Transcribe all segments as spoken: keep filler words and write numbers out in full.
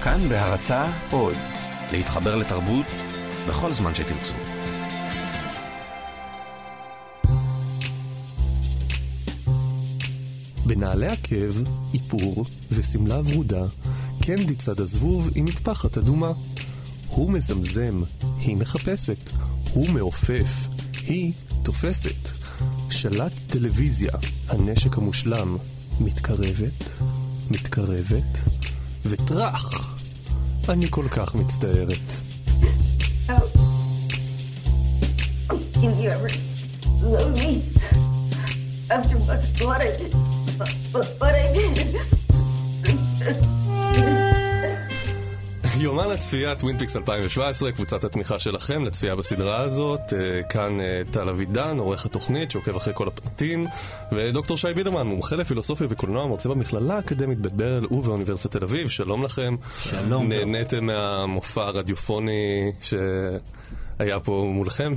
כאן בהרצאה עוד, להתחבר לתרבות בכל זמן שתרצו. בנעלי עקב, איפור וסמלה ורודה, קנדי צד הזבוב עם מטפחת אדומה. הוא מזמזם, היא מחפשת. הוא מעופף, היא תופסת. שלט טלוויזיה, הנשק המושלם, מתקרבת, מתקרבת, וטרח. אני כל כך מצטערת. Oh. Can you ever love me after what, what I did? What, what I did? יומן לצפייה טווין פיקס אלפיים שבע עשרה, קבוצת התמיכה שלכם לצפייה בסדרה הזאת. כאן טל אבידן, עורך התוכנית שעוקב אחרי כל הפרטים, ודוקטור שי בידרמן, מומחה לפילוסופיה וקולנוע, מרצה במכללה האקדמית בית ברל ובאוניברסיטת תל אביב. שלום לכם. שלום. נהניתם מהמופע הרדיופוני שהיה פה מולכם?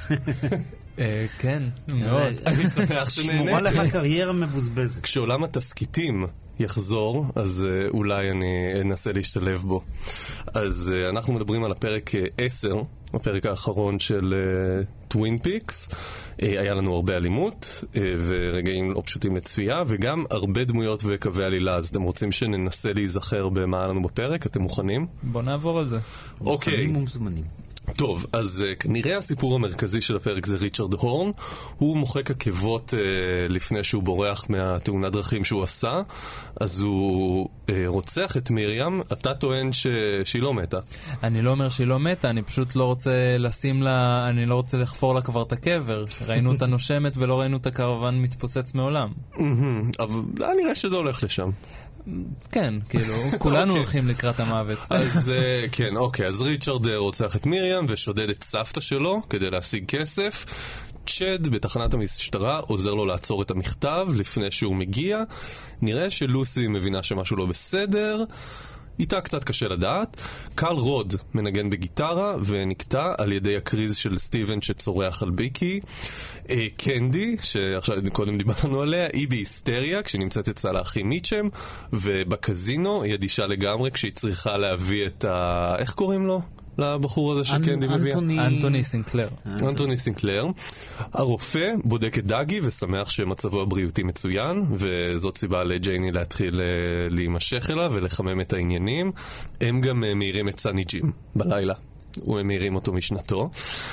כן, מאוד. אני שמח שנהניתם. שמורה לך קריירה מבוזבזת. כשעולם התסקיטים יחזור, אז uh, אולי אני אנסה להשתלב בו. אז uh, אנחנו מדברים על הפרק עשר, הפרק האחרון של טווין פיקס. uh, היה לנו הרבה אלימות uh, ורגעים לא פשוטים לצפייה, וגם הרבה דמויות וקווי עלילה. אז אתם רוצים שננסה להיזכר במה היה לנו בפרק? אתם מוכנים? בוא נעבור על זה. אוקיי. מוכנים ומזומנים. טוב, אז uh, כנראה הסיפור המרכזי של הפרק זה ריצ'רד הורן. הוא מוחק עקבות uh, לפני שהוא בורח מהתאונת דרכים שהוא עשה, אז הוא uh, רוצח את מיריאם. אתה טוען ש... שהיא לא מתה. אני לא אומר שהיא לא מתה, אני פשוט לא רוצה לשים לה, אני לא רוצה לחפור לה כבר את הקבר. ראינו אותה נושמת ולא ראינו את הקרוון מתפוצץ מעולם. אבל נראה שזה הולך לשם. כן, כאילו, כולנו הולכים לקראת המוות. אז כן, אוקיי, אז ריצ'רד רוצח את מיריאם ושודד את סבתא שלו כדי להשיג כסף. צ'ד בתחנת המשטרה עוזר לו לעצור את המכתב לפני שהוא מגיע. נראה שלוסי מבינה שמשהו לא בסדר, איתה קצת קשה לדעת. קרל רוד מנגן בגיטרה ונקטע על ידי הקריז של סטיבן שצורח על ביקי. אה, קנדי, שעכשיו קודם דיברנו עליה, היא בהיסטריה כשנמצאת אצל האחים מיצ'ם, ובקזינו היא אדישה לגמרי כשהיא צריכה להביא את ה... איך קוראים לו? לבחור הזה שקנדי מביאה? אנטוני סינקלר. אנטוני סינקלר. הרופא בודק את דאגי ושמח שמצבו הבריאותי מצוין, וזאת סיבה לג'ייני להתחיל להימשך אליו ולחמם את העניינים. הם גם מהירים את סני ג'ים בלילה. הם מהירים אותו משנתו.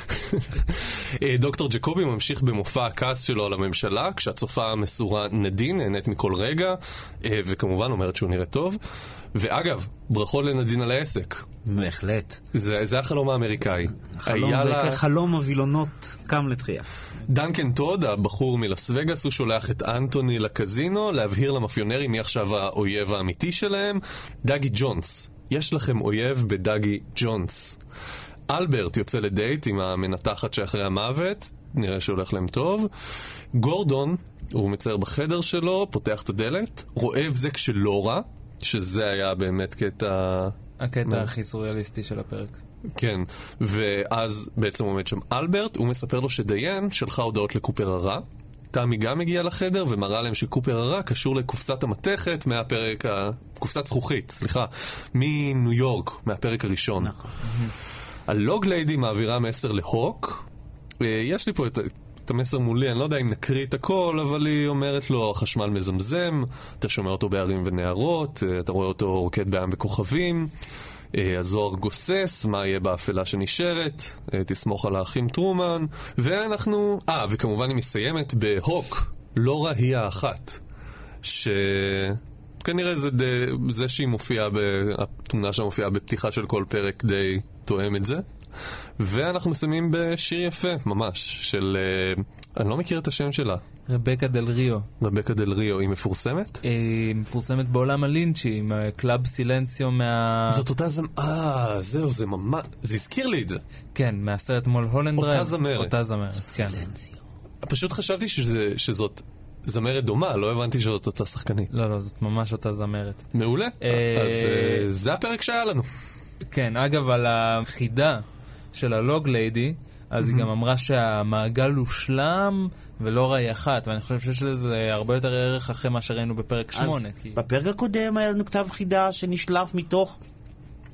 דוקטור ג'קובי ממשיך במופע הכעס שלו על הממשלה, כשהצופה המסורה נדין נהנית מכל רגע, וכמובן אומרת שהוא נראה טוב. ואגב, ברכות לנדין על העסק. בהחלט. זה, זה החלום האמריקאי. החלום, לה... חלום הווילונות קם לתחייה. דנקן טוד, הבחור מלס וגאס, הוא שולח את אנטוני לקזינו להבהיר למאפיונרים מי עכשיו האויב האמיתי שלהם. דאגי ג'ונס. יש לכם אויב בדאגי ג'ונס. אלברט יוצא לדייט עם המנתחת שאחרי המוות, נראה שהולך להם טוב. גורדון, הוא מצייר בחדר שלו, פותח את הדלת, רואה הבזק של לורה, שזה היה באמת קטע... הקטע הכי סוריאליסטי של הפרק. כן, ואז בעצם עומד שם אלברט, הוא מספר לו שדיין שלחה הודעות לקופר הרע. תמי גם הגיעה לחדר ומראה להם שקופר הרע קשור לקופסת המתכת מהפרק, ה... קופסת זכוכית, סליחה, מניו יורק, מהפרק הראשון. נכון. הלוג ליידי מעבירה מסר להוק. יש לי פה את... את המסר מולי, אני לא יודע אם נקריא את הכל, אבל היא אומרת לו, החשמל מזמזם, אתה שומע אותו בערים ונערות, אתה רואה אותו רוקד בעם וכוכבים, הזוהר גוסס, מה יהיה באפלה שנשארת, תסמוך על האחים טרומן, ואנחנו... אה, וכמובן היא מסיימת בהוק, לורה היא האחת, שכנראה זה, די... זה שהיא מופיעה, ב... התמונה שלה מופיעה בפתיחה של כל פרק די תואם את זה. ואנחנו מסיימים בשיר יפה, ממש, של... Uh, אני לא מכיר את השם שלה. רבקה דל ריו. רבקה דל ריו, היא מפורסמת? היא מפורסמת בעולם הלינצ'י, עם קלאב סילנציו מה... זאת אותה זמרת... אה, זהו, זה ממש... זה הזכיר לי את זה. כן, מהסרט מול הולנד דרייב. אותה זמרת. אותה זמרת, כן. סילנציו. פשוט חשבתי שזה, שזאת זמרת דומה, לא הבנתי שזאת אותה שחקנית. לא, לא, זאת ממש אותה זמרת. מעולה. אז זה הפרק שהיה לנו. כן, אגב, על החידה של הלוג ליידי, אז היא גם אמרה שהמעגל הוא שלם ולא ראי אחת, ואני חושב שיש לזה הרבה יותר ערך אחרי מה שראינו בפרק שמונה. בפרק הקודם היה לנו כתב חידה שנשלף מתוך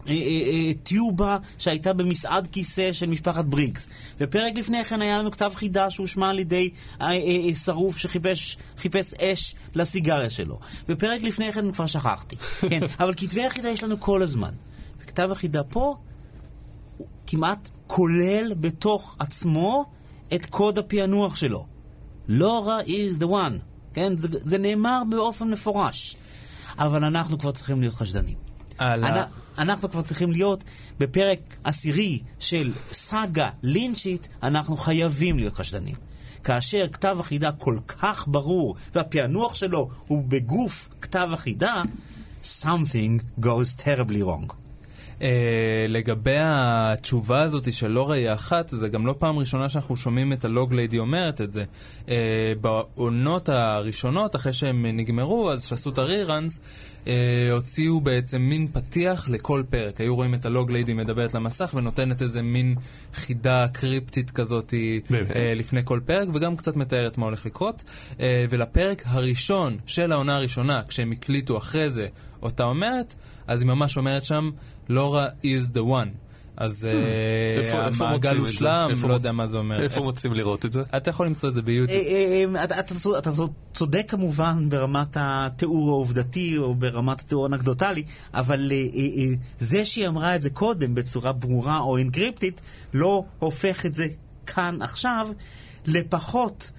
טיובה שהייתה במסעד כיסא של משפחת בריקס. ופרק לפני כן היה לנו כתב חידה שהושמע על ידי שרוף שחיפש חיפש אש לסיגריה שלו. ופרק לפני כן כבר שכחתי. כן, אבל כתבי החידה יש לנו כל הזמן. וכתב החידה פה הוא כמעט כולל בתוך עצמו את קוד הפענוח שלו. לורה is the one. כן, זה, זה נאמר באופן מפורש. אבל אנחנו כבר צריכים להיות חשדנים. אנ- אנחנו כבר צריכים להיות בפרק עשירי של סאגה לינצ'ית, אנחנו חייבים להיות חשדנים. כאשר כתב החידה כל כך ברור והפענוח שלו הוא בגוף כתב החידה, something goes terribly wrong. Uh, לגבי התשובה הזאת של לורה היא אחת, זה גם לא פעם ראשונה שאנחנו שומעים את הלוג ליידי אומרת את זה. Uh, בעונות הראשונות, אחרי שהם נגמרו, אז שעשו את הרירנס, uh, הוציאו בעצם מין פתיח לכל פרק. היו רואים את הלוג ליידי מדברת למסך ונותנת איזה מין חידה קריפטית כזאת uh, לפני כל פרק, וגם קצת מתארת מה הולך לקרות. Uh, ולפרק הראשון של העונה הראשונה, כשהם הקליטו אחרי זה אותה אומרת, אז היא ממש אומרת שם לורה is the one. אז המעגל הוא שלם, לא יודע מה זה אומר. איפה מוצאים לראות את זה? אתה יכול למצוא את זה ביוטיוב. אתה צודק כמובן ברמת התיאור העובדתי או ברמת התיאור האנקדוטלי, אבל זה שהיא אמרה את זה קודם בצורה ברורה או אינקריפטית, לא הופך את זה כאן עכשיו לפחות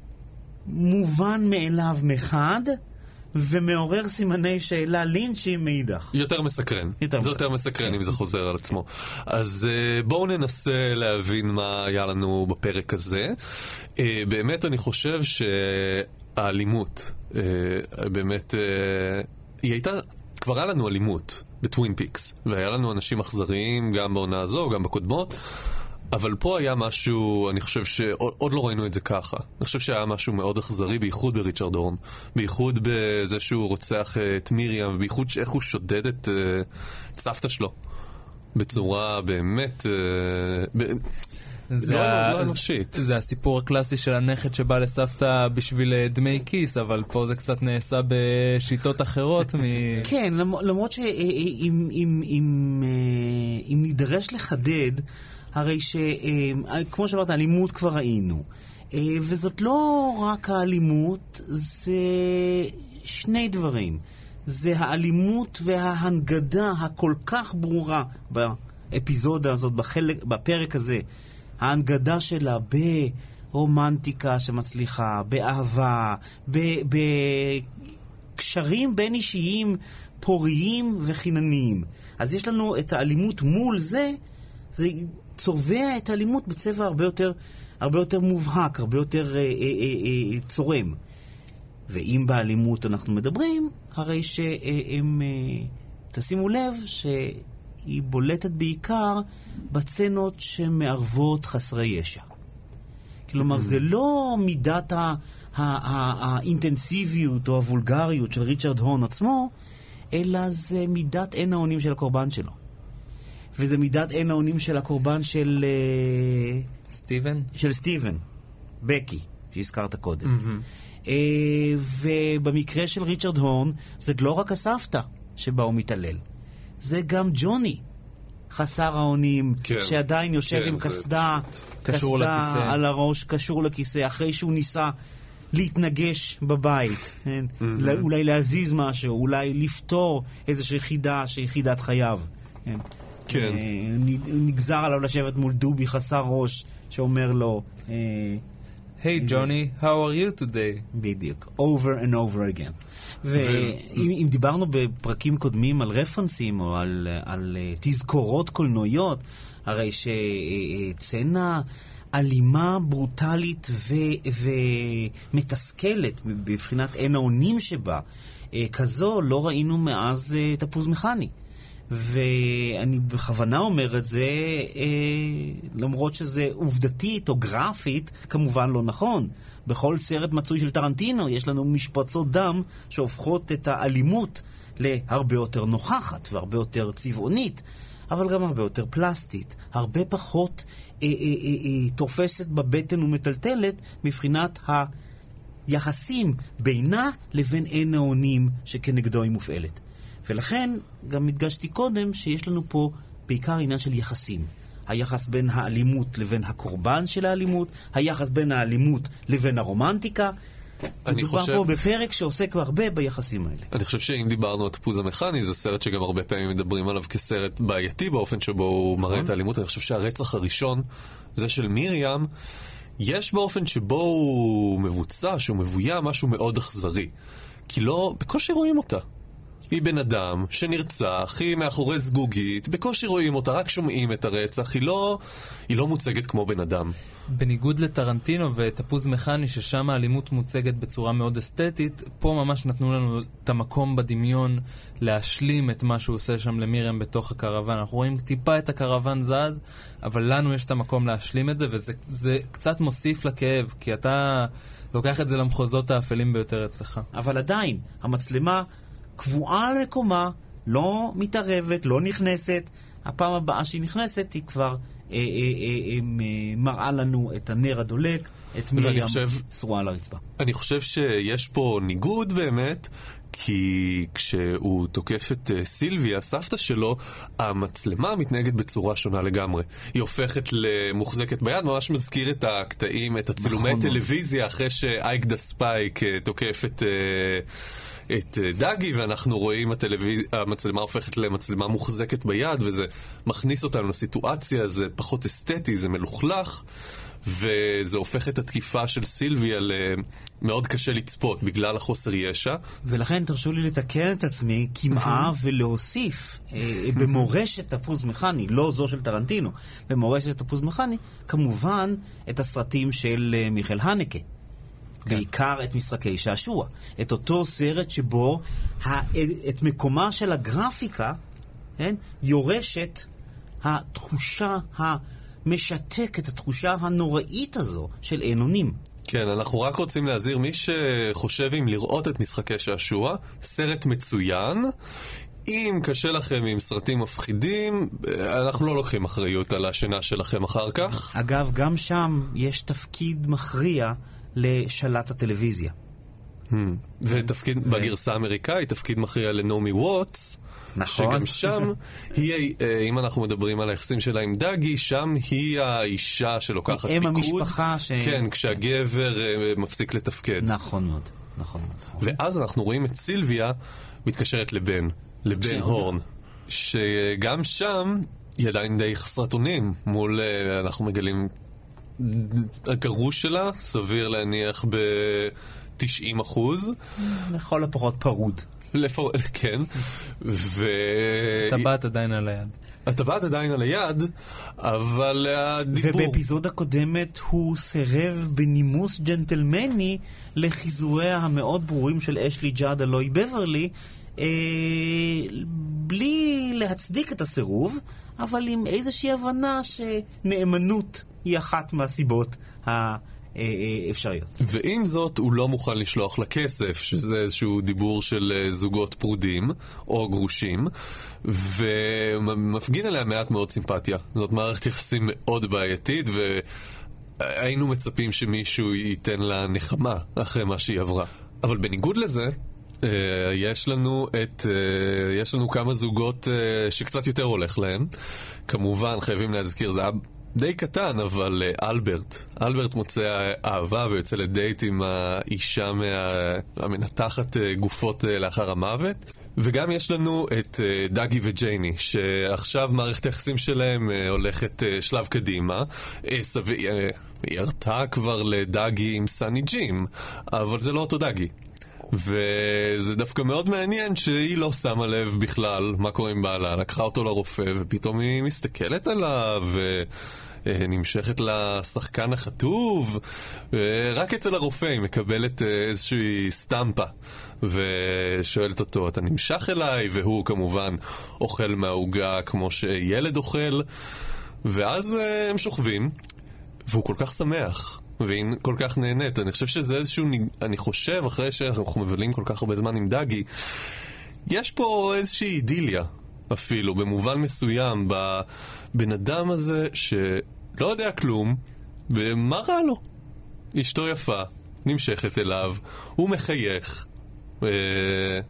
מובן מאליו מחד, ומעורר סימני שאלה לינצ'ים מאידך. יותר מסקרן. יותר זה יותר מסקרן אם זה חוזר על עצמו. אז uh, בואו ננסה להבין מה היה לנו בפרק הזה. Uh, באמת אני חושב שהאלימות, uh, באמת, uh, היא הייתה, כבר היה לנו אלימות בטווין פיקס, והיה לנו אנשים אכזריים גם בעונה הזו, גם בקודמות, אבל פה היה משהו, אני חושב שעוד לא ראינו את זה ככה. אני חושב שהיה משהו מאוד אכזרי, בייחוד בריצ'רד הורן. בייחוד בזה שהוא רוצח את מיריאם, ובייחוד איך הוא שודד את, את סבתא שלו. בצורה באמת... זה, לא, ה... לא אנושית. זה הסיפור הקלאסי של הנכד שבא לסבתא בשביל דמי כיס, אבל פה זה קצת נעשה בשיטות אחרות. מ... כן, למרות שאם אם, אם, אם נדרש לחדד, הרי שכמו שאמרת, אלימות כבר ראינו. וזאת לא רק האלימות, זה שני דברים. זה האלימות וההנגדה הכל כך ברורה באפיזודה הזאת, בחלק, בפרק הזה. ההנגדה שלה ברומנטיקה שמצליחה, באהבה, בקשרים בין אישיים פוריים וחינניים. אז יש לנו את האלימות מול זה, זה צובע את האלימות בצבע הרבה יותר, הרבה יותר מובהק, הרבה יותר אה, אה, אה, צורם. ואם באלימות אנחנו מדברים, הרי שהם, אה, תשימו לב שהיא בולטת בעיקר בצנות שמערבות חסרי ישע. כלומר, זה לא מידת האינטנסיביות או הוולגריות של ריצ'רד הורן עצמו, אלא זה מידת אין האונים של הקורבן שלו. וזה מידת אין האונים של הקורבן של... סטיבן? של סטיבן. בקי, שהזכרת קודם. Mm-hmm. ובמקרה של ריצ'רד הורן, זה לא רק הסבתא שבה הוא מתעלל. זה גם ג'וני, חסר האונים, כן. שעדיין יושב כן, עם קסדה, קסדה על הראש, קשור לכיסא, אחרי שהוא ניסה להתנגש בבית. כן? Mm-hmm. אולי להזיז משהו, אולי לפתור איזושהי חידה שהיא חידת חייו. כן. כן. נגזר עליו לשבת מול דובי חסר ראש שאומר לו היי ג'וני, how are you today? בדיוק, over and over again. ואם דיברנו בפרקים קודמים על רפרנסים או על, על תזכורות קולנועיות, הרי שצנה אלימה, ברוטלית ו, ומתסכלת בבחינת אין האונים שבה, כזו לא ראינו מאז תפוז מכני. ואני בכוונה אומר את זה, אה, למרות שזה עובדתית או גרפית, כמובן לא נכון. בכל סרט מצוי של טרנטינו יש לנו משפצות דם שהופכות את האלימות להרבה יותר נוכחת והרבה יותר צבעונית, אבל גם הרבה יותר פלסטית, הרבה פחות אה, אה, אה, אה, תופסת בבטן ומטלטלת מבחינת היחסים בינה לבין אין האונים שכנגדו היא מופעלת. ולכן גם הדגשתי קודם שיש לנו פה בעיקר עניין של יחסים. היחס בין האלימות לבין הקורבן של האלימות, היחס בין האלימות לבין הרומנטיקה. מדובר חושב... פה בפרק שעוסק הרבה ביחסים האלה. אני חושב שאם דיברנו על תפוז המכני, זה סרט שגם הרבה פעמים מדברים עליו כסרט בעייתי באופן שבו הוא מראה את האלימות. אני חושב שהרצח הראשון, זה של מיריאם, יש באופן שבו הוא מבוצע, שהוא מבויה משהו מאוד אכזרי. כי לא, בקושי רואים אותה. היא בן אדם שנרצח, היא מאחורי זגוגית, בקושי רואים אותה, רק שומעים את הרצח, היא לא, היא לא מוצגת כמו בן אדם. בניגוד לטרנטינו ותפוז מכני, ששם האלימות מוצגת בצורה מאוד אסתטית, פה ממש נתנו לנו את המקום בדמיון להשלים את מה שהוא עושה שם למיריאם בתוך הקרוון. אנחנו רואים טיפה את הקרוון זז, אבל לנו יש את המקום להשלים את זה, וזה זה קצת מוסיף לכאב, כי אתה לוקח את זה למחוזות האפלים ביותר אצלך. אבל עדיין, המצלמה קבועה על מקומה, לא מתערבת, לא נכנסת. הפעם הבאה שהיא נכנסת היא כבר אה, אה, אה, אה, מראה לנו את הנר הדולק, את מיריאם שרועה על הרצפה. אני חושב שיש פה ניגוד באמת, כי כשהוא תוקף את סילביה, סבתא שלו, המצלמה מתנהגת בצורה שונה לגמרי. היא הופכת למוחזקת ביד, ממש מזכיר את הקטעים, את הצילומי נכון טלוויזיה, אחרי שאייק דה ספייק תוקף את... את דאגי, ואנחנו רואים הטלוויז... המצלמה הופכת למצלמה מוחזקת ביד, וזה מכניס אותנו לסיטואציה, זה פחות אסתטי, זה מלוכלך, וזה הופך את התקיפה של סילביה למאוד קשה לצפות, בגלל החוסר ישע. ולכן תרשו לי לתקן את עצמי כמעה ולהוסיף אה, במורשת תפוז מכני, לא זו של טרנטינו, במורשת תפוז מכני, כמובן את הסרטים של אה, מיכאל הנקה. כן. בעיקר את משחקי שעשוע. את אותו סרט שבו ה, את מקומה של הגרפיקה, כן, יורשת התחושה המשתקת, התחושה הנוראית הזו של אין אונים. כן, אנחנו רק רוצים להזהיר מי שחושב אם לראות את משחקי שעשוע, סרט מצוין. אם קשה לכם עם סרטים מפחידים, אנחנו לא לוקחים אחריות על השינה שלכם אחר כך. אגב, גם שם יש תפקיד מכריע לשלט הטלוויזיה. ותפקיד בגרסה האמריקאית, תפקיד מכריע לנעמי ווטס, שגם שם היא, אם אנחנו מדברים על היחסים שלה עם דאגי, שם היא האישה שלוקחת פיקוד. אם המשפחה ש... כן, כשהגבר מפסיק לתפקד. נכון מאוד, נכון מאוד. ואז אנחנו רואים את סילביה מתקשרת לבן, לבן הורן, שגם שם היא עדיין די חסרת אונים, מול, אנחנו מגלים הגרוש שלה, סביר להניח ב-תשעים אחוז. לכל הפחות פרוד. לפור... כן. ו... הטבעת עדיין על היד. הטבעת עדיין על היד, אבל הדיבור... ובאפיזודה קודמת הוא סירב בנימוס ג'נטלמני לחיזוריה המאוד ברורים של אשלי ג'אד אלוי בברלי, אה... בלי להצדיק את הסירוב, אבל עם איזושהי הבנה שנאמנות היא אחת מהסיבות האפשריות. ועם זאת, הוא לא מוכן לשלוח לה כסף, שזה איזשהו דיבור של זוגות פרודים או גרושים, ומפגין עליה מעט מאוד סימפתיה. זאת מערכת יחסים מאוד בעייתית, והיינו מצפים שמישהו ייתן לה נחמה אחרי מה שהיא עברה. אבל בניגוד לזה, יש לנו את יש לנו כמה זוגות שקצת יותר הולך להם. כמובן חייבים להזכיר, זה היה די קטן, אבל אלברט אלברט מוצא אהבה ויוצא לדייט עם האישה המנתחת גופות לאחר המוות. וגם יש לנו את דאגי וג'ייני, שעכשיו מערכת היחסים שלהם הולכת שלב קדימה. היא הרתה כבר לדאגי עם סני ג'ים, אבל זה לא אותו דאגי. וזה דווקא מאוד מעניין שהיא לא שמה לב בכלל מה קורה עם בעלה. לקחה אותו לרופא ופתאום היא מסתכלת עליו ונמשכת לשחקן החטוב, ורק אצל הרופא היא מקבלת איזושהי סטמפה ושואלת אותו, אתה נמשך אליי? והוא כמובן אוכל מהעוגה כמו שילד אוכל, ואז הם שוכבים והוא כל כך שמח והיא כל כך נהנית. אני חושב שזה איזשהו, אני חושב, אחרי שאנחנו מבלים כל כך הרבה זמן עם דאגי, יש פה איזושהי אידיליה, אפילו, במובן מסוים, בבן אדם הזה שלא יודע כלום, ומה רע לו? אשתו יפה, נמשכת אליו, הוא מחייך.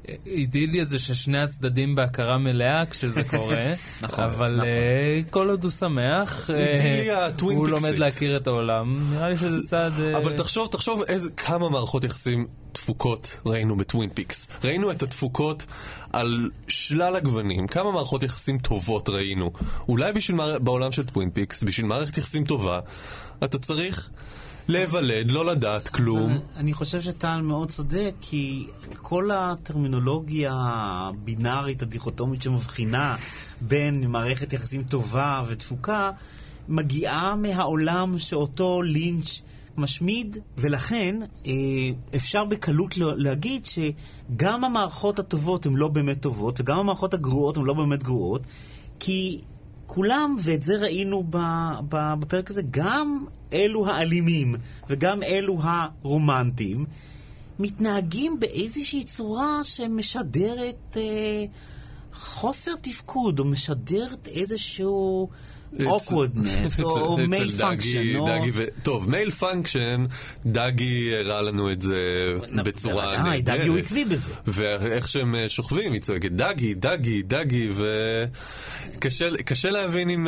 אידיליה זה ששני הצדדים בהכרה מלאה כשזה קורה, אבל כל עוד הוא שמח, הוא לומד להכיר את העולם. נראה לי שזה צעד... אבל תחשוב, תחשוב כמה מערכות יחסים תפוקות ראינו בטווין פיקס. ראינו את התפוקות על שלל הגוונים. כמה מערכות יחסים טובות ראינו. אולי בשביל בעולם של טווין פיקס, בשביל מערכת יחסים טובה, אתה צריך... להיוולד, לא לדעת כלום. אני חושב שטל מאוד צודק, כי כל הטרמינולוגיה הבינארית, הדיכוטומית שמבחינה בין מערכת יחסים טובה ותפוקה, מגיעה מהעולם שאותו לינץ' משמיד, ולכן אפשר בקלות להגיד שגם המערכות הטובות הן לא באמת טובות, וגם המערכות הגרועות הן לא באמת גרועות, כי כולם, ואת זה ראינו בפרק הזה, גם אלו האלימים וגם אלו הרומנטיים מתנהגים באיזושהי צורה שמשדרת אה, חוסר תפקוד, או משדרת איזשהו awkwardness, או מייל פונקשן. טוב, מייל פונקשן, דאגי הראה לנו את זה בצורה נהדרת. דאגי הוא עקבי בזה. ואיך שהם שוכבים, היא צועקת דאגי, דאגי, דאגי, וקשה להבין אם...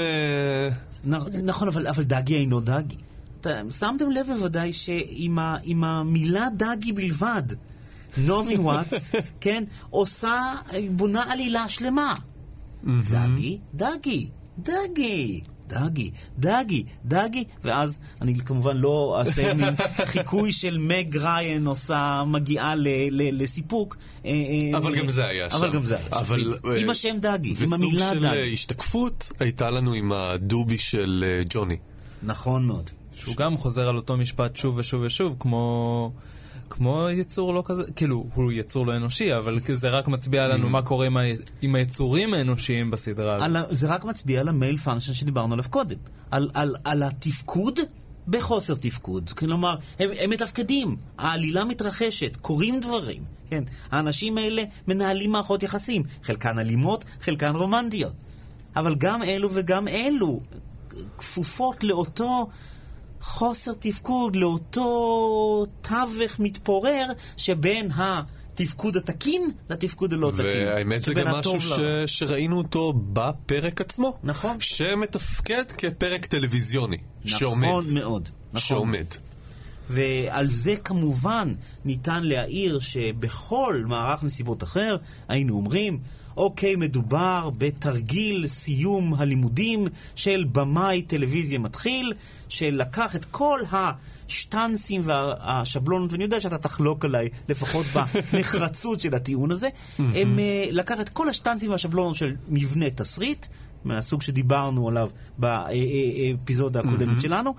נכון, אבל דאגי אינו דאגי. שמתם לב בוודאי שעם המילה דאגי בלבד, נעמי וואטס, כן, עושה, בונה עלילה שלמה. דאגי, דאגי, דאגי, דאגי, דאגי, דאגי, ואז אני כמובן לא אעשה מין חיקוי של מג ריין עושה, מגיעה לסיפוק. אבל גם זה היה שם. אבל גם זה היה שם. עם השם דאגי, עם המילה דאגי. וסוג של השתקפות הייתה לנו עם הדובי של ג'וני. נכון מאוד. שהוא גם חוזר על אותו משפט שוב ושוב ושוב, כמו... כמו יצור לא כזה, כאילו, הוא יצור לא אנושי, אבל זה רק מצביע לנו מה קורה עם, ה... עם היצורים האנושיים בסדרה הזאת. זה רק מצביע על המייל פונקשן שדיברנו עליו קודם. על, על, על התפקוד בחוסר תפקוד. כלומר, הם, הם מתפקדים, העלילה מתרחשת, קורים דברים. כן? האנשים האלה מנהלים מערכות יחסים, חלקן אלימות, חלקן רומנטיות. אבל גם אלו וגם אלו כפופות לאותו... חוסר תפקוד, לאותו תווך מתפורר שבין התפקוד התקין לתפקוד הלא תקין. והאמת זה גם משהו ש... שראינו אותו בפרק עצמו. נכון. שמתפקד כפרק טלוויזיוני. נכון שעומד. מאוד. נכון. שעומד. ועל זה כמובן ניתן להעיר שבכל מערך נסיבות אחר היינו אומרים, אוקיי, מדובר בתרגיל סיום הלימודים של במאי טלוויזיה מתחיל, שלקח את כל השטנסים והשבלונות, ואני יודע שאתה תחלוק עליי, לפחות בנחרצות של הטיעון הזה, הם לקח את כל השטנסים והשבלונות של מבנה תסריט, מהסוג שדיברנו עליו באפיזודה הקודמת שלנו,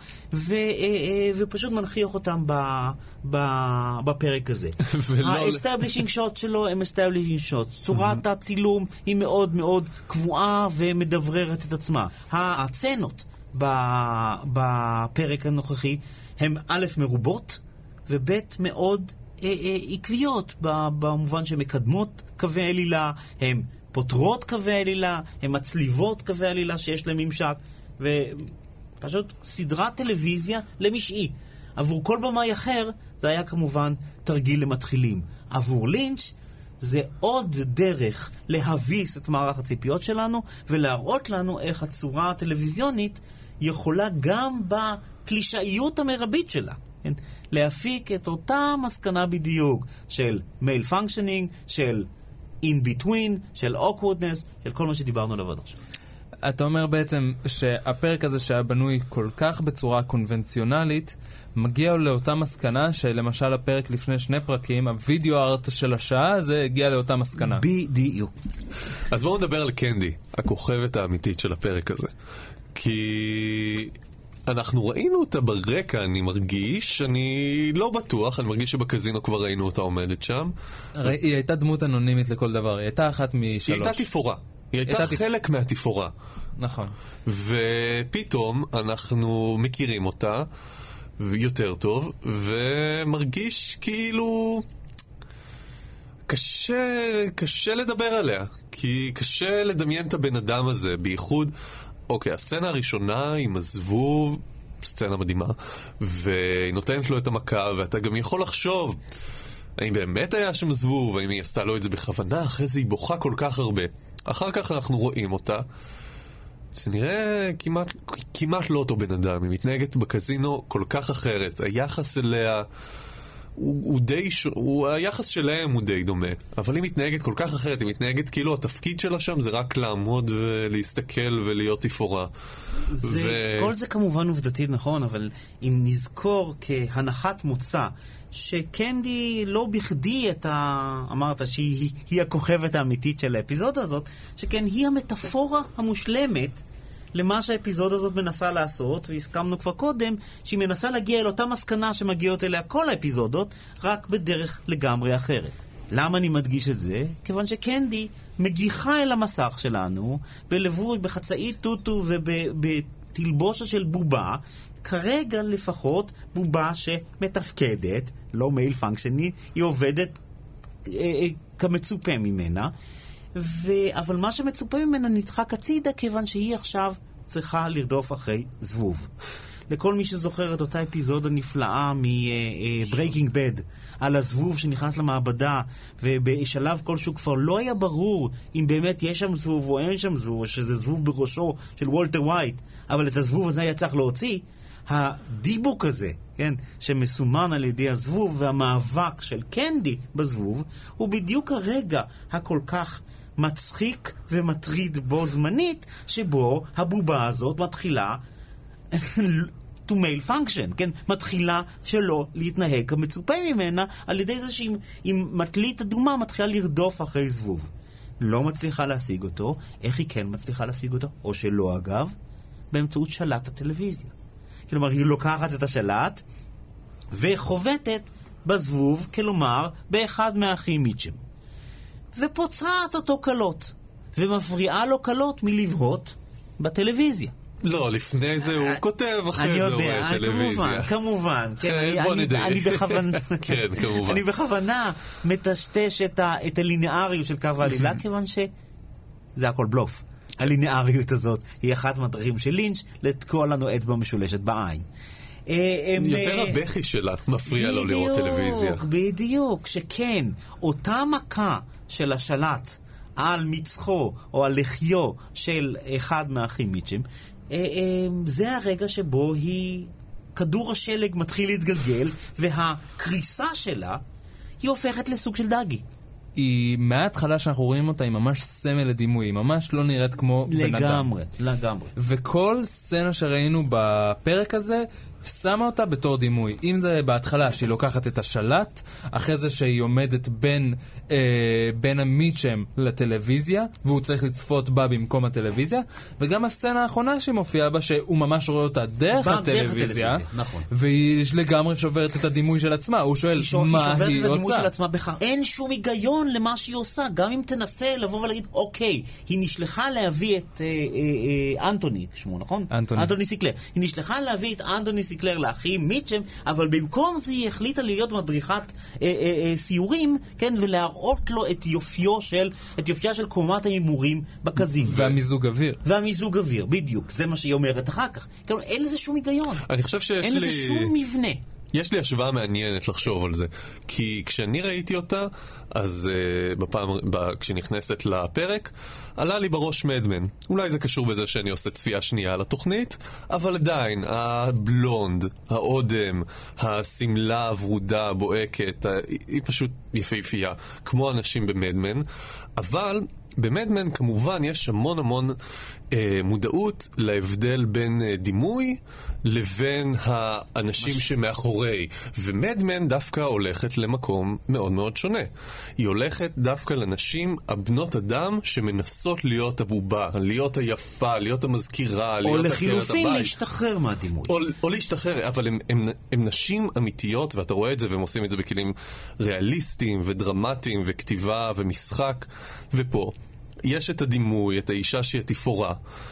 ופשוט מנחיח אותם בפרק הזה. ה-establishing shot שלו הם establishing shot. צורת הצילום היא מאוד מאוד קבועה ומדבררת את עצמה. הצנות בפרק הנוכחי הם א' מרובות, וב' מאוד עקביות, במובן שמקדמות קווי עלילה, הם פותרות קווי עלילה, הן מצליבות קווי עלילה שיש להם ממשק, ופשוט סדרת טלוויזיה למשעי. עבור כל במאי אחר זה היה כמובן תרגיל למתחילים. עבור לינץ' זה עוד דרך להביס את מערך הציפיות שלנו ולהראות לנו איך הצורה הטלוויזיונית יכולה גם בקלישאיות המרבית שלה, כן? להפיק את אותה מסקנה בדיוק של מייל פונקשנינג, של in between, של awkwardness, של כל מה שדיברנו עליו עד עכשיו. אתה אומר בעצם שהפרק הזה שהיה בנוי כל כך בצורה קונבנציונלית, מגיע לאותה מסקנה שלמשל הפרק לפני שני פרקים, הווידאו ארט של השעה הזה הגיע לאותה מסקנה. בדיוק. אז בואו נדבר על קנדי, הכוכבת האמיתית של הפרק הזה. כי אנחנו ראינו אותה ברקע, אני מרגיש, אני לא בטוח, אני מרגיש שבקזינו כבר ראינו אותה עומדת שם. היא הייתה דמות אנונימית לכל דבר, היא הייתה אחת משלוש. היא הייתה תפאורה, היא הייתה חלק מהתפאורה. נכון. ופתאום אנחנו מכירים אותה יותר טוב, ומרגיש כאילו קשה, קשה לדבר עליה, כי קשה לדמיין את הבן אדם הזה, בייחוד... אוקיי, הסצנה הראשונה היא מזבוב, סצנה מדהימה, והיא נותנת לו את המכה, ואתה גם יכול לחשוב, האם באמת היה שם זבוב, האם היא עשתה לו את זה בכוונה, אחרי זה היא בוכה כל כך הרבה. אחר כך אנחנו רואים אותה, זה נראה כמעט, כמעט לא אותו בן אדם, היא מתנהגת בקזינו כל כך אחרת, היחס אליה... הוא, הוא די, הוא, היחס שלהם הוא די דומה, אבל היא מתנהגת כל כך אחרת, היא מתנהגת כאילו התפקיד שלה שם זה רק לעמוד ולהסתכל ולהיות תפאורה. זה, ו... כל זה כמובן עובדתי נכון, אבל אם נזכור כהנחת מוצא, שקנדי לא בכדי אתה אמרת שהיא היא הכוכבת האמיתית של האפיזודה הזאת, שכן היא המטאפורה המושלמת למה שהאפיזודה הזאת מנסה לעשות, והסכמנו כבר קודם שהיא מנסה להגיע אל אותה מסקנה שמגיעות אליה כל האפיזודות, רק בדרך לגמרי אחרת. למה אני מדגיש את זה? כיוון שקנדי מגיחה אל המסך שלנו בלבוש, בחצאית טוטו ובתלבושה של בובה, כרגע לפחות בובה שמתפקדת, לא מייל פונקשני, היא עובדת אה, אה, כמצופה ממנה, ו... אבל מה שמצופה ממנה נדחק הצידה כיוון שהיא עכשיו צריכה לרדוף אחרי זבוב. לכל מי שזוכר את אותה אפיזודה נפלאה מ-Breaking Bad על הזבוב שנכנס למעבדה ובשלב כלשהו כבר לא היה ברור אם באמת יש שם זבוב או אין שם זבוב או שזה זבוב בראשו של וולטר ווייט, אבל את הזבוב הזה היה צריך להוציא. הדיבוק הזה, כן, שמסומן על ידי הזבוב והמאבק של קנדי בזבוב הוא בדיוק הרגע הכל כך מצחיק ומטריד בו זמנית שבו הבובה הזאת מתחילה to male function, כן? מתחילה שלא להתנהג כמצופה ממנה על ידי זה שהיא מטלית אדומה מתחילה לרדוף אחרי זבוב. לא מצליחה להשיג אותו. איך היא כן מצליחה להשיג אותו? או שלא אגב, באמצעות שלט הטלוויזיה. כלומר, היא לוקחת את השלט וחובטת בזבוב, כלומר, באחד מהאחים מיטשם. ופוצעת אותו קלות, ומפריעה לו קלות מלבהות בטלוויזיה. לא, לפני זה הוא כותב, אחרי זה הוא רואה טלוויזיה. כמובן, כמובן. בוא נדע. כן, כמובן. אני בכוונה מטשטש את הלינאריות של קו העלילה, כיוון שזה הכל בלוף. הלינאריות הזאת היא אחת מהדרכים של לינץ' לתקוע לנו אצבע משולשת בעין. יותר הבכי שלה מפריע לו לראות טלוויזיה. בדיוק, בדיוק, שכן, אותה מכה של השלט על מצחו או על לחיו של אחד מהאחים מיטשם, זה הרגע שבו היא, כדור השלג מתחיל להתגלגל, והקריסה שלה היא הופכת לסוג של דגי. היא מההתחלה שאנחנו רואים אותה היא ממש סמל לדימוי, היא ממש לא נראית כמו בן אדם. לגמרי, לגמרי. וכל סצנה שראינו בפרק הזה שמה אותה בתור דימוי. אם זה בהתחלה שהיא לוקחת את השלט, אחרי זה שהיא עומדת בין, אה, בין המיטשם לטלוויזיה, והוא צריך לצפות בה במקום הטלוויזיה, וגם הסצנה האחרונה שהיא מופיעה בה, שהוא ממש רואה אותה דרך הטלוויזיה, נכון. והיא לגמרי שוברת את הדימוי של עצמה. הוא שואל, היא מה היא, היא היא עושה? של עצמה בך. אין שום היגיון למה שהיא עושה, גם אם תנסה לבוא ולהגיד, אוקיי, היא נשלחה להביא את אה, אה, אה, אנטוני, שמו, נכון? אנטוני. אנטוני סיקלר. היא נשלחה להביא את אנטוני סיקלר לאחים מיטשם, אבל במקום זה היא החליטה להיות מדריכת אה, אה, אה, סיורים, כן, ולהראות לו את יופיו של, את יופייה של קומת ההימורים בקזינו. והמיזוג אוויר. והמיזוג אוויר, בדיוק. זה מה שהיא אומרת אחר כך. כאילו, אין לזה שום היגיון. אני חושב שיש אין לי... לזה שום מבנה. יש לי השוואה מעניינת לחשוב על זה. כי כשאני ראיתי אותה, אז uh, בפעם, ב, כשנכנסת לפרק, עלה לי בראש מדמן. אולי זה קשור בזה שאני עושה צפייה שנייה על התוכנית, אבל עדיין, הבלונד, האודם, הסמלה הוורודה, הבועקת, היא, היא פשוט יפהפייה, כמו אנשים במדמן. אבל במדמן כמובן יש המון המון אה, מודעות להבדל בין אה, דימוי לבין האנשים מש... שמאחורי. ומדמן דווקא הולכת למקום מאוד מאוד שונה. היא הולכת דווקא לנשים הבנות אדם שמנסות להיות הבובה, להיות היפה, להיות המזכירה, להיות עקרת הבית. או לחילופין להשתחרר מהדימוי. או, או להשתחרר, אבל הם, הם, הם נשים אמיתיות, ואתה רואה את זה והם עושים את זה בכלים ריאליסטיים ודרמטיים וכתיבה ומשחק. ופה יש את הדימוי, את האישה שהיא תפאורה,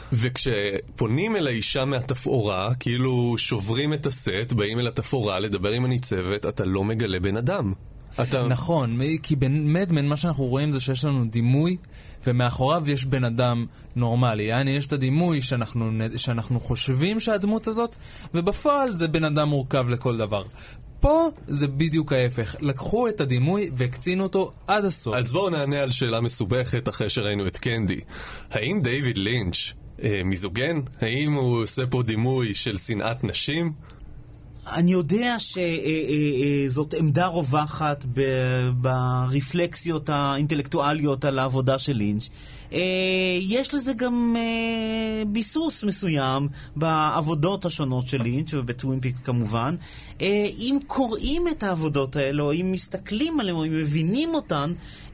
וכשפונים אל האישה מהתפאורה, כאילו שוברים את הסט, באים אל התפאורה לדבר עם הניצבת, אתה לא מגלה בן אדם. אתה... נכון, כי במדמן מה שאנחנו רואים זה שיש לנו דימוי, ומאחוריו יש בן אדם נורמלי. יעני, יש את הדימוי שאנחנו, שאנחנו חושבים שהדמות הזאת, ובפועל זה בן אדם מורכב לכל דבר. פה זה בדיוק ההפך. לקחו את הדימוי והקצינו אותו עד הסוף. אז בואו נענה על שאלה מסובכת אחרי שראינו את קנדי. האם דיוויד לינץ' אה, מיזוגן? האם הוא עושה פה דימוי של שנאת נשים? אני יודע שזאת עמדה רווחת ברפלקסיות האינטלקטואליות על העבודה של לינץ'. יש לזה גם ביסוס מסוים בעבודות השונות של לינץ' ובטווין פיקס כמובן. אם קוראים את העבודות האלה, או אם מסתכלים עליהן, או אם מבינים אותן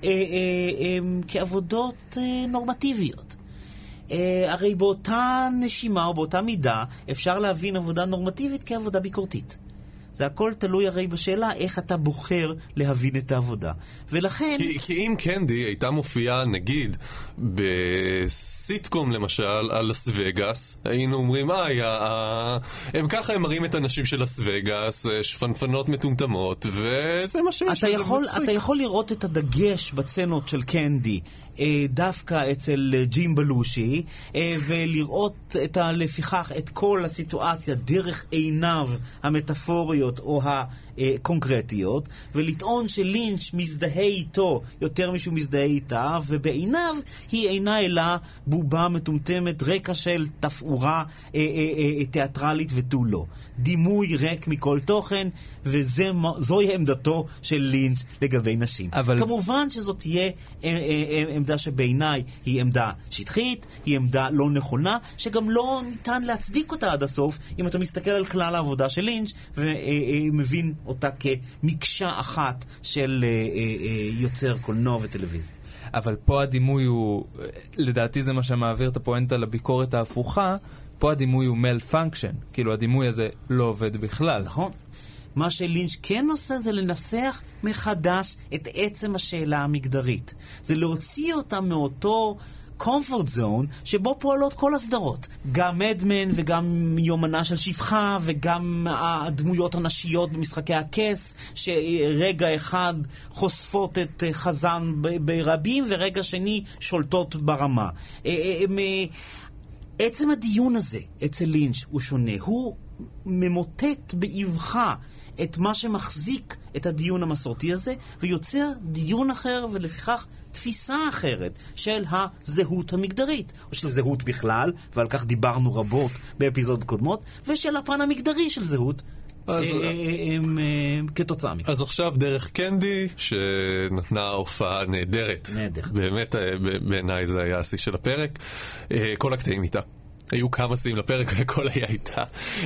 כעבודות נורמטיביות. Uh, הרי באותה נשימה או באותה מידה אפשר להבין עבודה נורמטיבית כעבודה ביקורתית. זה הכל תלוי הרי בשאלה איך אתה בוחר להבין את העבודה. ולכן... כי, כי אם קנדי הייתה מופיעה, נגיד, בסיטקום למשל, על לס וגאס, היינו אומרים, איי, הם ככה הם מראים את הנשים של לס וגאס, שפנפנות מטומטמות, וזה מה שיש. אתה יכול, אתה יכול לראות את הדגש בצנות של קנדי, דווקא אצל ג'ים בלושי, ולראות את הלפיכך, את כל הסיטואציה דרך עיניו המטאפוריות או הקונקרטיות, ולטעון שלינץ' מזדהה איתו יותר משהו מזדהה איתה, ובעיניו היא אינה אלא בובה מטומטמת, רקע של תפאורה אה, אה, אה, תיאטרלית ותו לא. דימוי ריק מכל תוכן, וזוהי עמדתו של לינץ' לגבי נשים. אבל... כמובן שזאת תהיה עמדה שבעיניי היא עמדה שטחית, היא עמדה לא נכונה, שגם לא ניתן להצדיק אותה עד הסוף, אם אתה מסתכל על כלל העבודה של לינץ' ומבין אותה כמקשה אחת של יוצר קולנוע וטלוויזיה. אבל פה הדימוי הוא, לדעתי זה מה שמעביר את הפואנטה לביקורת ההפוכה, פה הדימוי הוא מל פונקשן, כאילו הדימוי הזה לא עובד בכלל. נכון. מה שלינץ' כן עושה זה לנסח מחדש את עצם השאלה המגדרית. זה להוציא אותה מאותו comfort zone שבו פועלות כל הסדרות. גם מדמן וגם יומנה של שפחה וגם הדמויות הנשיות במשחקי הכס, שרגע אחד חושפות את חזן ברבים ורגע שני שולטות ברמה. עצם הדיון הזה אצל לינץ' הוא שונה. הוא ממוטט באבחה את מה שמחזיק את הדיון המסורתי הזה, ויוצר דיון אחר ולפיכך תפיסה אחרת של הזהות המגדרית, או של זהות בכלל, ועל כך דיברנו רבות באפיזוד קודמות, ושל הפן המגדרי של זהות, אז, אה, אה, אה, כתוצאה מכך. אז עכשיו דרך קנדי, שנתנה הופעה נהדרת. נהדר. באמת, בעיניי זה היה השיא של הפרק. כל הקטעים איתה. היו כמה שיאים לפרק, הכל היה איתה.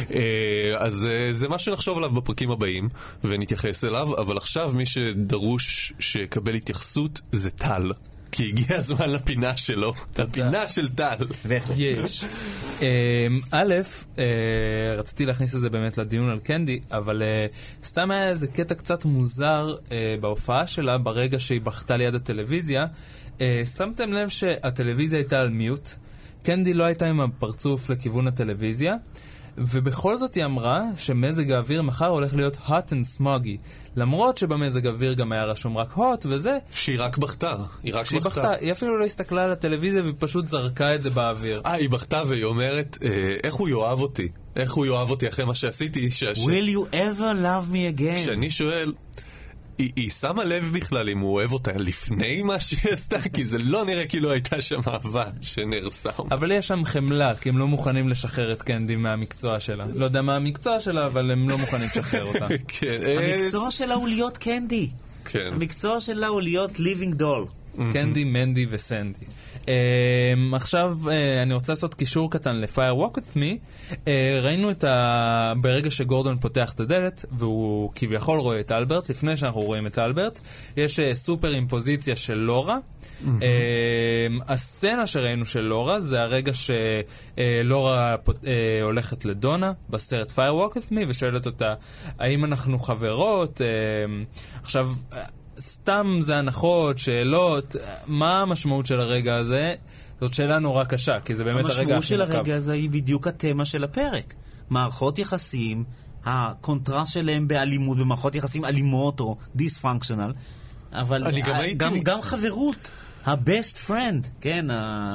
אז זה מה שנחשוב עליו בפרקים הבאים, ונתייחס אליו, אבל עכשיו מי שדרוש שיקבל התייחסות זה טל. כי הגיע הזמן לפינה שלו, לפינה של טל. יש. א', רציתי להכניס את זה באמת לדיון על קנדי, אבל סתם היה איזה קטע קצת מוזר בהופעה שלה, ברגע שהיא בכתה ליד הטלוויזיה. שמתם לב שהטלוויזיה הייתה על מיוט, קנדי לא הייתה עם הפרצוף לכיוון הטלוויזיה, ובכל זאת היא אמרה שמזג האוויר מחר הולך להיות hot and smoggy. למרות שבמזג האוויר גם היה רשום רק hot וזה. שהיא רק בכתה. היא רק שהיא בכתה. היא אפילו לא הסתכלה על הטלוויזיה ופשוט זרקה את זה באוויר. אה, היא בכתה והיא אומרת, אה, איך הוא יאהב אותי? איך הוא יאהב אותי אחרי מה שעשיתי? שהש... Will you ever love me again? כשאני שואל... היא, היא שמה לב בכלל אם הוא אוהב אותה לפני מה שהיא עשתה, כי זה לא נראה כאילו הייתה שם אהבה שנרסה. אבל יש שם חמלה, כי הם לא מוכנים לשחרר את קנדי מהמקצוע שלה. לא יודע מה המקצוע שלה, אבל הם לא מוכנים לשחרר אותה. כן, המקצוע שלה הוא להיות קנדי. כן. המקצוע שלה הוא להיות living doll. קנדי, מנדי וסנדי. Um, עכשיו uh, אני רוצה לעשות קישור קטן ל-Fire Walk With Me. uh, ראינו את ה... ברגע שגורדון פותח את הדלת והוא כביכול רואה את אלברט, לפני שאנחנו רואים את אלברט יש uh, סופר אימפוזיציה של לורה. mm-hmm. uh, הסצנה שראינו של לורה זה הרגע שלורה uh, uh, הולכת לדונה בסרט Fire Walk With Me ושואלת אותה האם אנחנו חברות. uh, עכשיו סתם זה הנחות, שאלות, מה המשמעות של הרגע הזה? זאת שאלה נורא קשה, כי זה באמת הרגע הכי מורכב. המשמעות של הרגע הזה היא בדיוק התמה של הפרק. מערכות יחסים, הקונטרסט שלהם באלימות, במערכות יחסים אלימות או דיספונקשנל, אבל גם, גם חברות. ה-best friend, כן,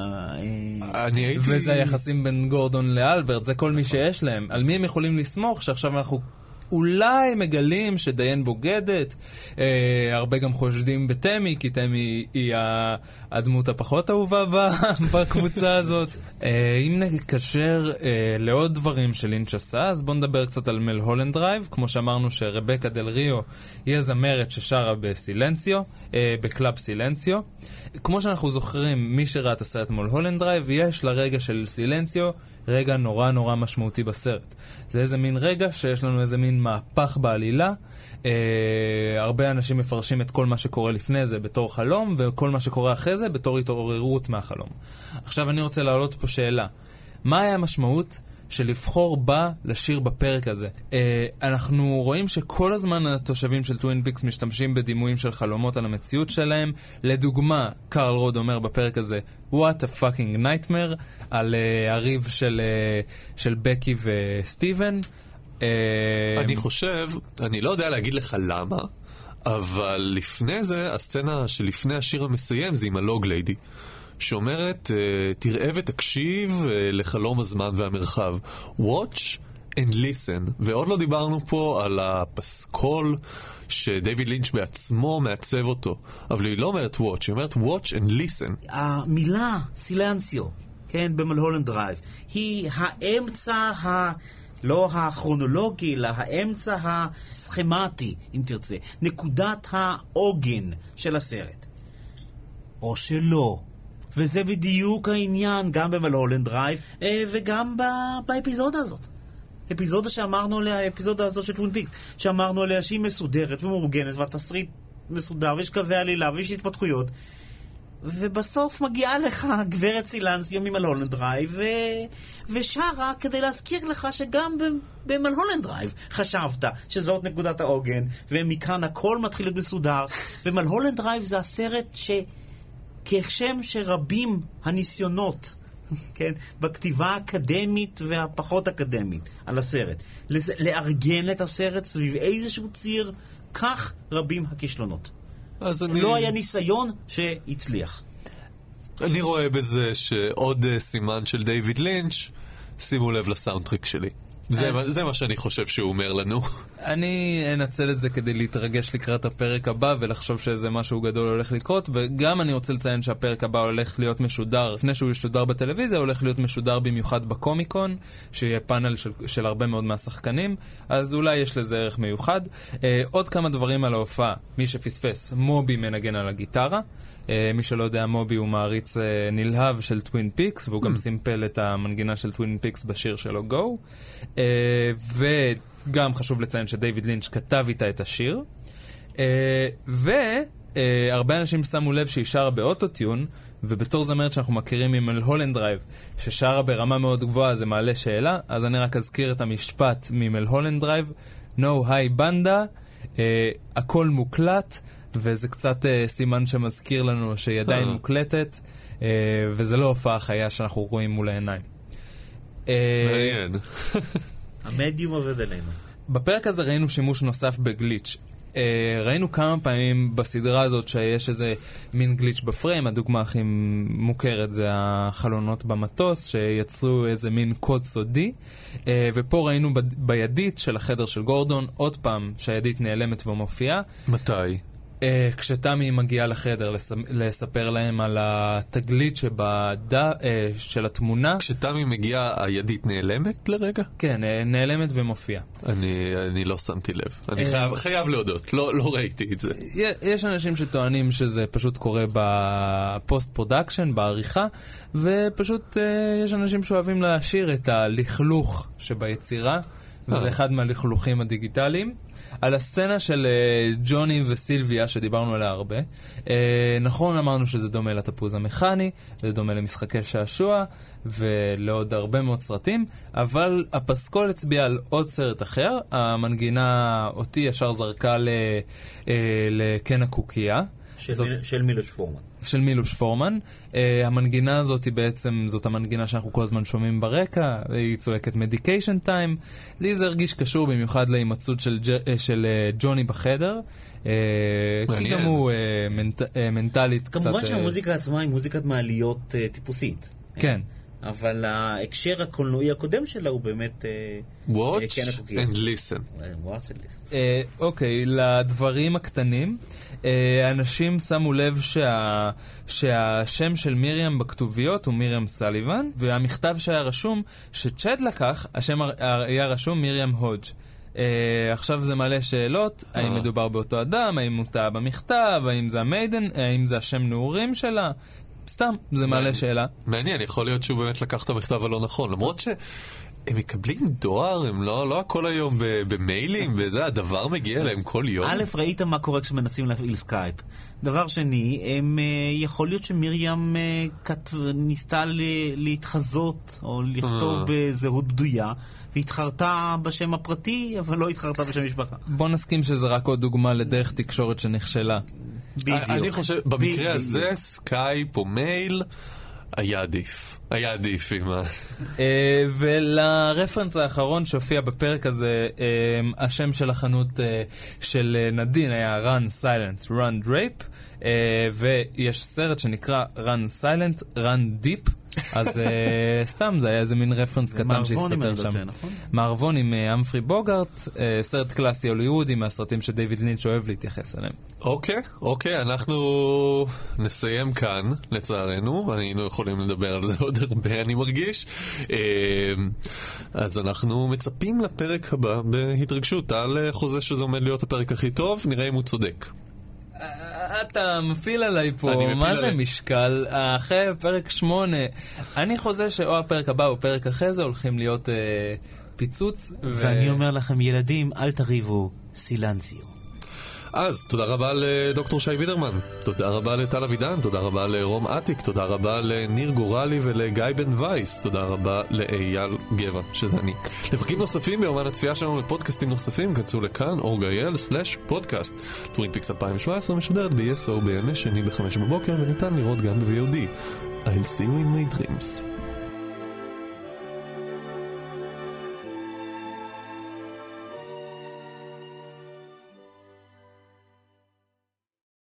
אני הייתי... וזה היחסים בין גורדון לאלברט, זה כל מי שיש להם. על מי הם יכולים לסמוך שעכשיו אנחנו אולי מגלים שדיין בוגדת, אה, הרבה גם חושדים בתמי, כי תמי היא הדמות הפחות אהובה בקבוצה הזאת. אה, אם נקשר אה, לעוד דברים שלינץ' עשה, אז בואו נדבר קצת על מלהולנד דרייב. כמו שאמרנו שרבקה דל ריו היא הזמרת ששרה בסילנציו, אה, בקלאב סילנציו. כמו שאנחנו זוכרים, מי שראה את הסרט מלהולנד דרייב, יש לרגע של סילנציו רגע נורא נורא משמעותי בסרט. זה איזה מין רגע שיש לנו איזה מין מהפך בעלילה. אה, הרבה אנשים מפרשים את כל מה שקורה לפני זה בתור חלום, וכל מה שקורה אחרי זה בתור התעוררות מהחלום. עכשיו אני רוצה להעלות פה שאלה. מה היה המשמעות של לבחור בה לשיר בפרק הזה? אה, אנחנו רואים שכל הזמן התושבים של טווין פיקס משתמשים בדימויים של חלומות על המציאות שלהם. לדוגמה, קרל רוד אומר בפרק הזה What a fucking nightmare, על uh, הריב של, uh, של בקי וסטיבן. Uh, אני חושב, אני לא יודע להגיד לך למה, אבל לפני זה, הסצנה שלפני השיר המסיים זה עם הלוג ליידי, שאומרת, uh, תראה ותקשיב uh, לחלום הזמן והמרחב. Watch and listen. ועוד לא דיברנו פה על הפסקול שדייוויד לינץ' בעצמו מעצב אותו. אבל היא לא אומרת watch, היא אומרת watch and listen. המילה סילנסיו, כן, במלהולנד דרייב, היא האמצע ה... לא הכרונולוגי, אלא האמצע הסכמטי, אם תרצה. נקודת העוגן של הסרט. או שלא. וזה בדיוק העניין, גם במלהולנד דרייב, וגם באפיזודה הזאת. אפיזודה שאמרנו עליה, האפיזודה הזאת של טווין פיקס, שאמרנו עליה שהיא מסודרת ומאורגנת, והתסריט מסודר, ויש קווי עלילה, ויש התפתחויות. ובסוף מגיעה לך גברת סילנסיו ממלהולנד דרייב, ו... ושרה כדי להזכיר לך שגם במלהולנד דרייב חשבת שזאת נקודת העוגן, ומכאן הכל מתחיל להיות מסודר. ומלהולנד דרייב זה הסרט ש... כשם שרבים הניסיונות, כן, בכתיבה האקדמית והפחות אקדמית על הסרט, לארגן את הסרט סביב איזשהו ציר, כך רבים הכישלונות. אז אני... לא היה ניסיון שהצליח. אני רואה בזה שעוד סימן של דיוויד לינץ', שימו לב לסאונדטרק שלי. זה, זה מה שאני חושב שהוא אומר לנו. אני אנצל את זה כדי להתרגש לקראת הפרק הבא ולחשוב שזה משהו גדול הולך לקרות, וגם אני רוצה לציין שהפרק הבא הולך להיות משודר, לפני שהוא ישודר בטלוויזיה, הולך להיות משודר במיוחד בקומיקון, שיהיה פאנל של, של הרבה מאוד מהשחקנים, אז אולי יש לזה ערך מיוחד. אה, עוד כמה דברים על ההופעה. מי שפספס, מובי מנגן על הגיטרה. Uh, מי שלא יודע, מובי הוא מעריץ uh, נלהב של טווין פיקס, והוא mm. גם סימפל את המנגינה של טווין פיקס בשיר שלו גו. Uh, וגם חשוב לציין שדייוויד לינץ' כתב איתה את השיר. Uh, והרבה uh, אנשים שמו לב שהיא שרה באוטוטיון, ובתור זמרת שאנחנו מכירים ממלהולנד דרייב, ששרה ברמה מאוד גבוהה, זה מעלה שאלה. אז אני רק אזכיר את המשפט ממלהולנד דרייב: No hi banda, uh, הכל מוקלט, וזה קצת uh, סימן שמזכיר לנו שהיא עדיין מוקלטת, uh, וזה לא הופעה חיה שאנחנו רואים מול העיניים. מעניין. המדיום עובד עלינו. בפרק הזה ראינו שימוש נוסף בגליץ'. Uh, ראינו כמה פעמים בסדרה הזאת שיש איזה מין גליץ' בפריים. הדוגמה הכי מוכרת זה החלונות במטוס שיצרו איזה מין קוד סודי, uh, ופה ראינו ב- בידית של החדר של גורדון עוד פעם שהידית נעלמת ומופיעה. מתי? Uh, כשתמי מגיעה לחדר לס... לספר להם על התגלית שבדה, uh, של התמונה. כשתמי מגיעה הידית נעלמת לרגע? כן, uh, נעלמת ומופיעה. אני, אני לא שמתי לב. אני uh, חייב, חייב להודות, לא, לא ראיתי את זה. יש אנשים שטוענים שזה פשוט קורה בפוסט פרודקשן, בעריכה, ופשוט uh, יש אנשים שאוהבים להשאיר את הלכלוך שביצירה, וזה אחד מהלכלוכים הדיגיטליים. על הסצנה של uh, ג'וני וסילביה שדיברנו עליה הרבה. Uh, נכון, אמרנו שזה דומה לתפוז המכני, זה דומה למשחקי שעשוע ולעוד הרבה מאוד סרטים, אבל הפסקול הצביע על עוד סרט אחר. המנגינה אותי ישר זרקה ל, uh, לקן הקוקייה. של, זאת... מיל, של מילוש פורמן. של מילוש פורמן. Uh, המנגינה הזאת היא בעצם, זאת המנגינה שאנחנו כל הזמן שומעים ברקע, היא צועקת מדייקיישן טיים. לי זה הרגיש קשור במיוחד להימצאות של, ג', של uh, ג'וני בחדר, uh, כי גם הוא uh, מנט, uh, מנטלית כמובן קצת... שהמוזיקה uh... עצמה היא מוזיקת מעליות uh, טיפוסית. כן. אבל ההקשר הקולנועי הקודם שלה הוא באמת... Watch and listen. Watch and listen. אוקיי, לדברים הקטנים, אנשים שמו לב שה... שהשם של מיריאם בכתוביות הוא מיריאם סליבן, והמכתב שהיה רשום, שצ'אד לקח, השם היה רשום מיריאם הודג'. Uh, עכשיו זה מלא שאלות, uh. האם מדובר באותו אדם, האם הוא טעה במכתב, האם זה המיידן, האם זה השם נעורים שלה, סתם, זה מלא שאלה. מעניין, יכול להיות שהוא באמת לקח את המכתב הלא נכון, למרות שהם מקבלים דואר, הם לא, לא הכל היום במיילים, וזה, הדבר מגיע אליהם כל יום. א', ראית מה קורה כשמנסים להפעיל סקייפ. דבר שני, הם, יכול להיות שמיריאם ניסתה להתחזות, או לכתוב בזהות בדויה, והתחרתה בשם הפרטי, אבל לא התחרתה בשם משפחה. בוא נסכים שזה רק עוד דוגמה לדרך תקשורת שנכשלה. בדיוק. אני חושב, במקרה הזה, סקייפ או מייל, היה עדיף. היה עדיף עם ה... ולרפרנס האחרון שהופיע בפרק הזה, השם של החנות של נדין היה Run Silent, Run Drape, ויש סרט שנקרא Run Silent, Run Deep, אז סתם זה היה איזה מין רפרנס קטן שהסתתר שם. מערבון עם אמפרי בוגארט, סרט קלאסי הוליוודי מהסרטים שדייוויד לינץ' אוהב להתייחס אליהם. אוקיי, אוקיי, אנחנו נסיים כאן, לצערנו, היינו יכולים לדבר על זה עוד הרבה, אני מרגיש. אז אנחנו מצפים לפרק הבא בהתרגשות. טל חוזה שזה עומד להיות הפרק הכי טוב, נראה אם הוא צודק. אתה מפיל עליי פה, מה זה משקל? אחרי פרק שמונה, אני חוזה שאו הפרק הבא או פרק אחרי זה הולכים להיות פיצוץ. ואני אומר לכם, ילדים, אל תריבו, סילנסיו. אז תודה רבה לדוקטור שי וידרמן, תודה רבה לטל אבידן, תודה רבה לרום עתיק, תודה רבה לניר גורלי ולגיא בן וייס, תודה רבה לאייל גבע, שזה אני. לפרקים נוספים ביומן הצפייה שלנו לפודקאסטים נוספים, כנסו לכאן אור.גייל סלש פודקאסט. טווין פיקס אלפיים שבע עשרה משודרת ב-יס או בימי שני בחמש בבוקר, וניתן לראות גם ב-וי או די. I'll see you in my dreams.